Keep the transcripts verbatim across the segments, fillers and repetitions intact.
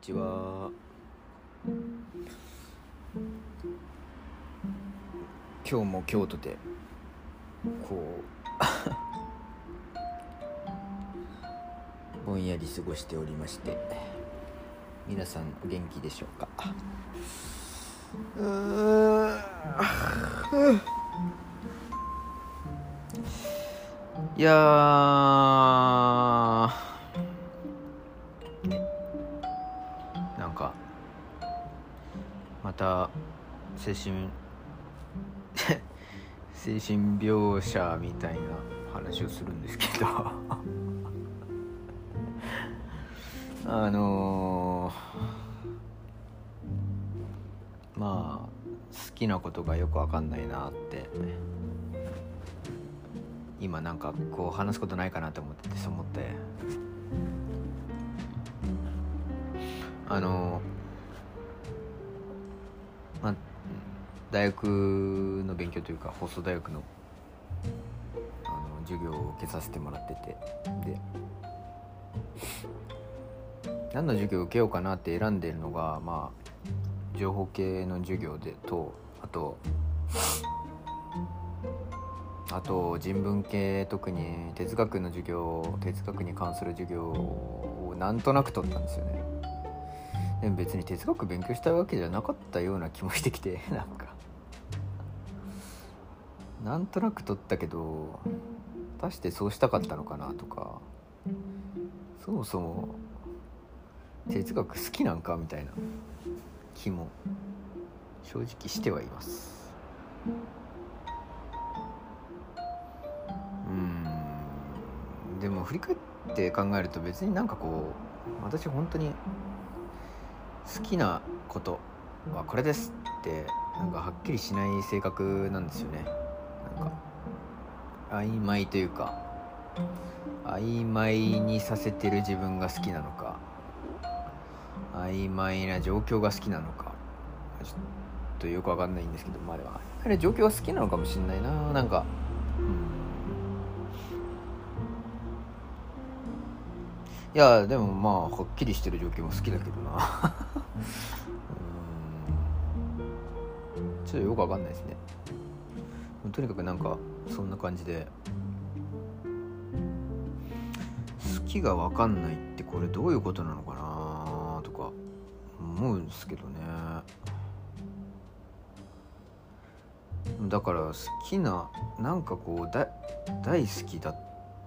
ちは。今日も京都でこうぼんやり過ごしておりまして、皆さんお元気でしょうか。うーいやーなんかまた精神精神病者みたいな話をするんですけどあのー、まあ好きなことがよく分かんないなって今なんかこう話すことないかなと思ってて、そう思ってあのまあ大学の勉強というか放送大学のあの授業を受けさせてもらってて、で何の授業を受けようかなって選んでいるのが、まあ情報系の授業でとあとあと人文系、特に哲学の授業哲学に関する授業をなんとなく取ったんですよね。でも別に哲学勉強したいわけじゃなかったような気もしてきてなんかなんとなく取ったけど果たしてそうしたかったのかなとか、そもそも哲学好きなんかみたいな気も正直してはいます。うーんでも振り返って考えると別になんかこう私本当に好きなことはこれですってなんかはっきりしない性格なんですよね。なんか曖昧というか曖昧にさせてる自分が好きなのか、曖昧な状況が好きなのかちょっとよくわかんないんですけど、まあでもあれ状況が好きなのかもしれないな。なんかいやでもまあはっきりしてる状況も好きだけどなうーんちょっとよくわかんないですね。とにかくなんかそんな感じで好きがわかんないってこれどういうことなのかなとか思うんですけどね。だから好きななんかこうだ大好きだ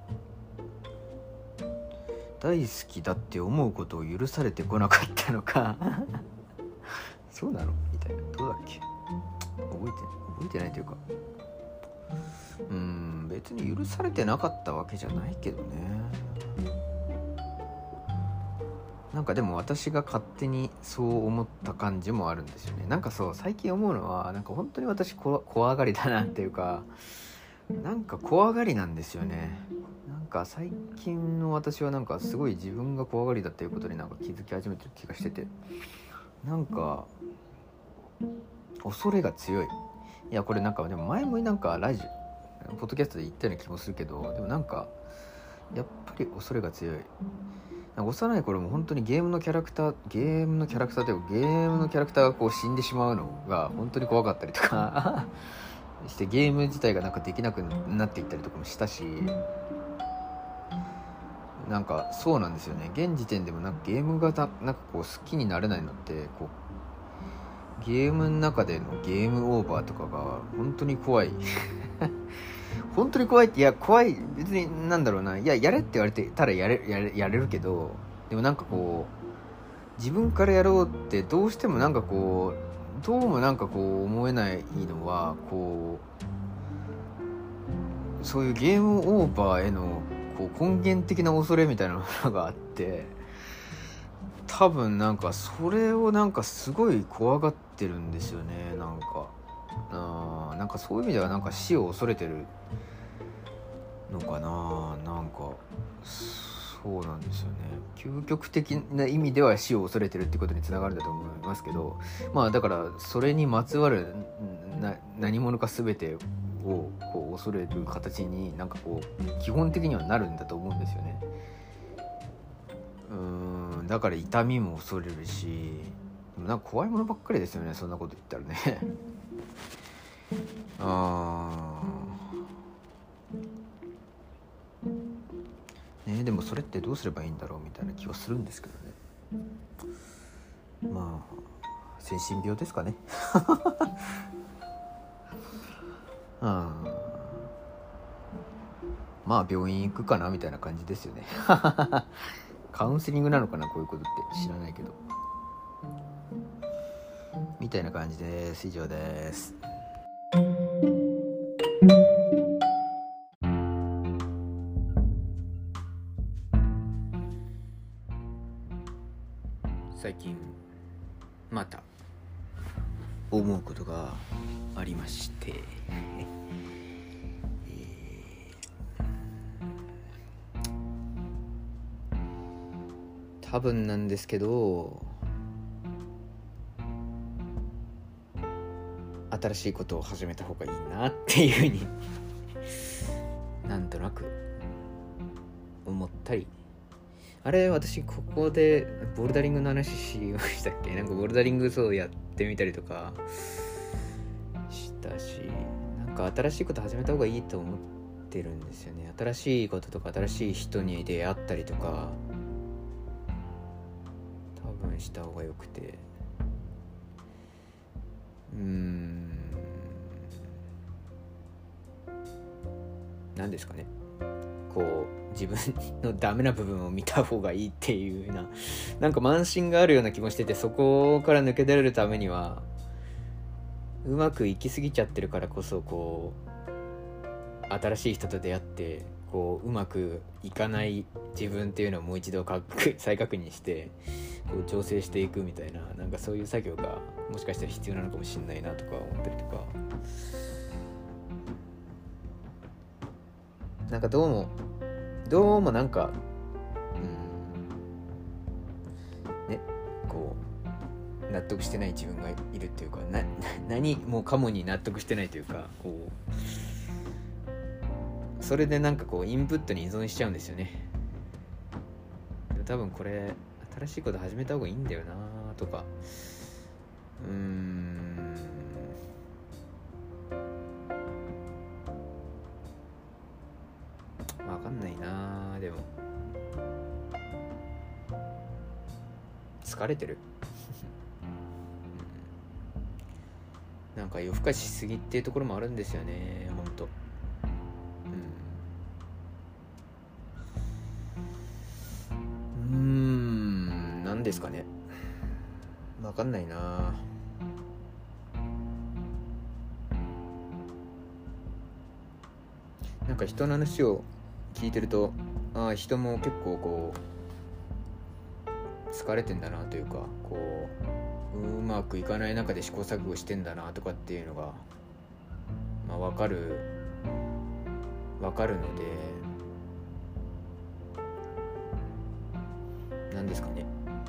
大好きだって思うことを許されてこなかったのかそうなのみたいな、どうだっけ覚えて覚えてないというか、うーん別に許されてなかったわけじゃないけどね。なんかでも私が勝手にそう思った感じもあるんですよね。なんかそう最近思うのはなんか本当に私こ怖がりだなっていうか、なんか怖がりなんですよね。なんか最近の私はなんかすごい自分が怖がりだっていうことになんか気づき始めてる気がしてて、なんか恐れが強い。いやこれなんかでも前もなんかラジオポッドキャストで言ったような気もするけど、でもなんかやっぱり恐れが強い。幼い頃も本当にゲームのキャラクターゲームのキャラクターというかゲームのキャラクターがこう死んでしまうのが本当に怖かったりとかしてゲーム自体がなんかできなくなっていったりとかもしたし、なんかそうなんですよね。現時点でもなんかゲームがなんかこう好きになれないのってこうゲームの中でのゲームオーバーとかが本当に怖い本当に怖いって、いや怖い別になんだろうな、いややれって言われてたらやれやれやれるけど、でもなんかこう自分からやろうってどうしてもなんかこうどうもなんかこう思えないのはこうそういうゲームオーバーへのこう根源的な恐れみたいなものがあって、多分なんかそれをなんかすごい怖がってるんですよね。なんかあなんかそういう意味ではなんか死を恐れてるのかな。なんかそうなんですよね。究極的な意味では死を恐れてるってことにつながるんだと思いますけど、まあだからそれにまつわるな何者か全てをこう恐れる形になんかこう基本的にはなるんだと思うんですよね。うーんだから痛みも恐れるし、でもなんか怖いものばっかりですよね、そんなこと言ったらねあーね、でもそれってどうすればいいんだろうみたいな気はするんですけどね。まあ精神病ですかねあまあ病院行くかなみたいな感じですよねカウンセリングなのかな、こういうことって知らないけどみたいな感じです。以上です。最近また思うことがありまして多分なんですけど、新しいことを始めた方がいいなっていうふうになんとなく思ったり、あれ私ここでボルダリングの話しましたっけ？なんかボルダリングそうやってみたりとかしたし、なんか新しいこと始めた方がいいと思ってるんですよね。新しいこととか新しい人に出会ったりとか多分した方がよくて、うーんなんですかね、こう自分のダメな部分を見た方がいいっていうような、なんか慢心があるような気もしてて、そこから抜け出れるためにはうまくいきすぎちゃってるからこそ、こう新しい人と出会ってこううまくいかない自分っていうのをもう一度再確認してこう調整していくみたいな、なんかそういう作業がもしかしたら必要なのかもしれないなとか思ったりとか、なんかどうもどうもなんかうんね、こう納得してない自分がいるっていうか、な何もかもに納得してないというか、こうそれでなんかこうインプットに依存しちゃうんですよね。多分これ新しいこと始めた方がいいんだよなとか、うーんわかんないな。でも疲れてるなんか夜更かししすぎっていうところもあるんですよね、ほんと。うん、うーんなんですかね、わかんないな。なんか人の話を聞いてると、ああ人も結構こう疲れてんだなというか、こううまくいかない中で試行錯誤してんだなとかっていうのがまあ分かる分かるので、なんですかね、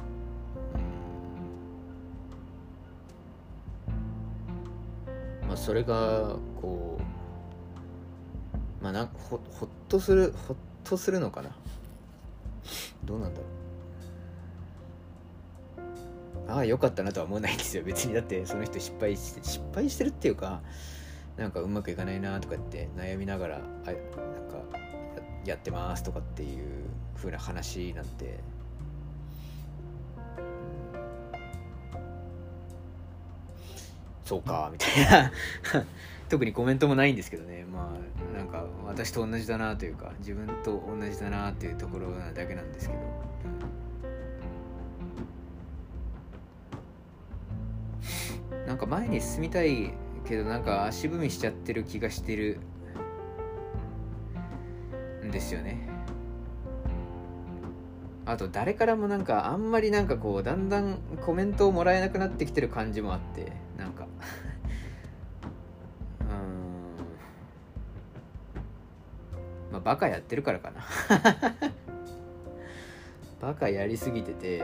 うんまあそれがこうまあなんかほほっとするほっとするのかな、どうなんだろう。ああ良かったなとは思わないんですよ別に。だってその人失敗して失敗してるっていうか、なんかうまくいかないなとかって悩みながらあなんか や, やってますとかっていう風な話なんて、そうかみたいな特にコメントもないんですけどね。まあなんか私と同じだなというか、自分と同じだなっていうところなだけなんですけど、なんか前に進みたいけどなんか足踏みしちゃってる気がしてるんですよね。あと誰からもなんかあんまりなんかこうだんだんコメントをもらえなくなってきてる感じもあって、なんかうーんまあバカやってるからかなバカやりすぎてて、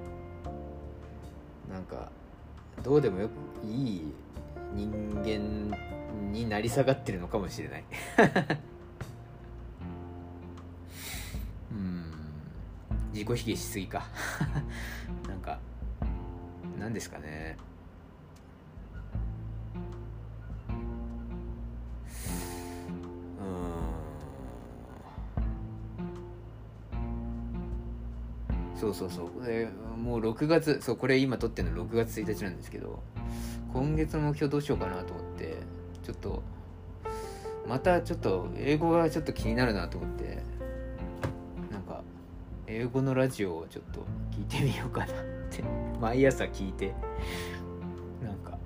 なんかどうでもよくいい人間になり下がってるのかもしれないうん自己否定しすぎかなんかなんですかね、うーんそうそうそう、でもうろくがつ、そうこれ今撮ってるのろくがつついたちなんですけど、今月の目標どうしようかなと思って、ちょっとまたちょっと英語がちょっと気になるなと思って、なんか英語のラジオをちょっと聞いてみようかなって毎朝聞いて、なんか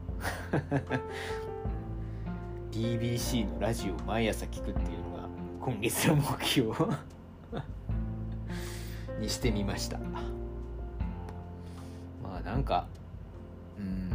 ビービーシー のラジオを毎朝聞くっていうのが今月の目標にしてみました。まあなんかうーん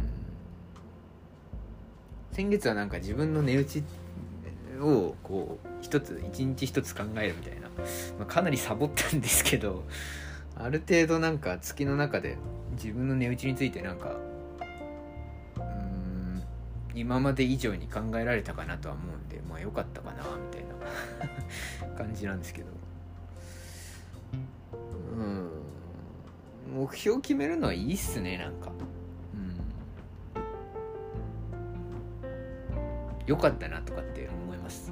先月はなんか自分の値打ちをこう一つ一日一つ考えるみたいな、まあ、かなりサボったんですけど、ある程度なんか月の中で自分の値打ちについてなんかうーん今まで以上に考えられたかなとは思うんで、まあ良かったかなみたいな感じなんですけど、うん目標決めるのはいいっすね。なんか良かったなとかって思います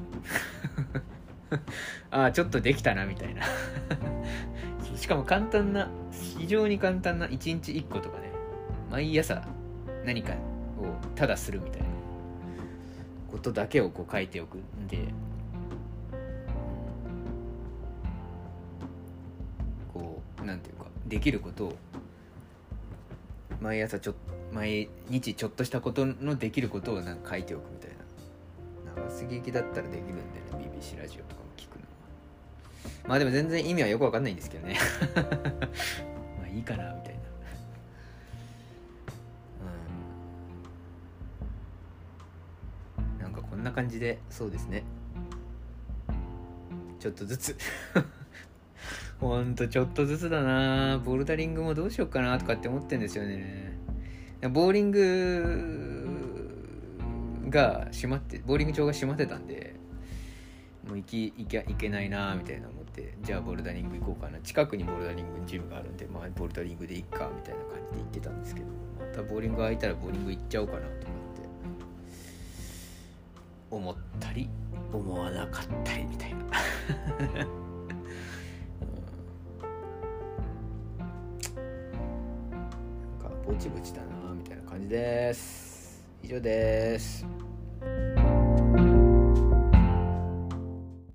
ああちょっとできたなみたいなしかも簡単な、非常に簡単ないちにちいっことかね、毎朝何かをただするみたいなことだけをこう書いておくんで、こうなんていうかできることを毎朝ちょっ毎日ちょっとしたことのできることをなんか書いておくみたいな。長すぎだったらできるんでね、 ビービーシー ラジオとかも聞くのは。まあでも全然意味はよくわかんないんですけどねまあいいかなみたいな。うんなんかこんな感じで、そうですね、ちょっとずつほんとちょっとずつだな。ボルダリングもどうしようかなとかって思ってんですよね。ボーリングが閉まって、ボーリング場が閉まってたんで、もう行き行け行けないなみたいな思って、じゃあボルダリング行こうかな、近くにボルダリングジムがあるんで、まあボルダリングで行っかみたいな感じで行ってたんですけど、またボーリング空いたらボーリング行っちゃおうかなと思って思ったり思わなかったりみたいなぼちぼちだなみたいな感じです。以上です。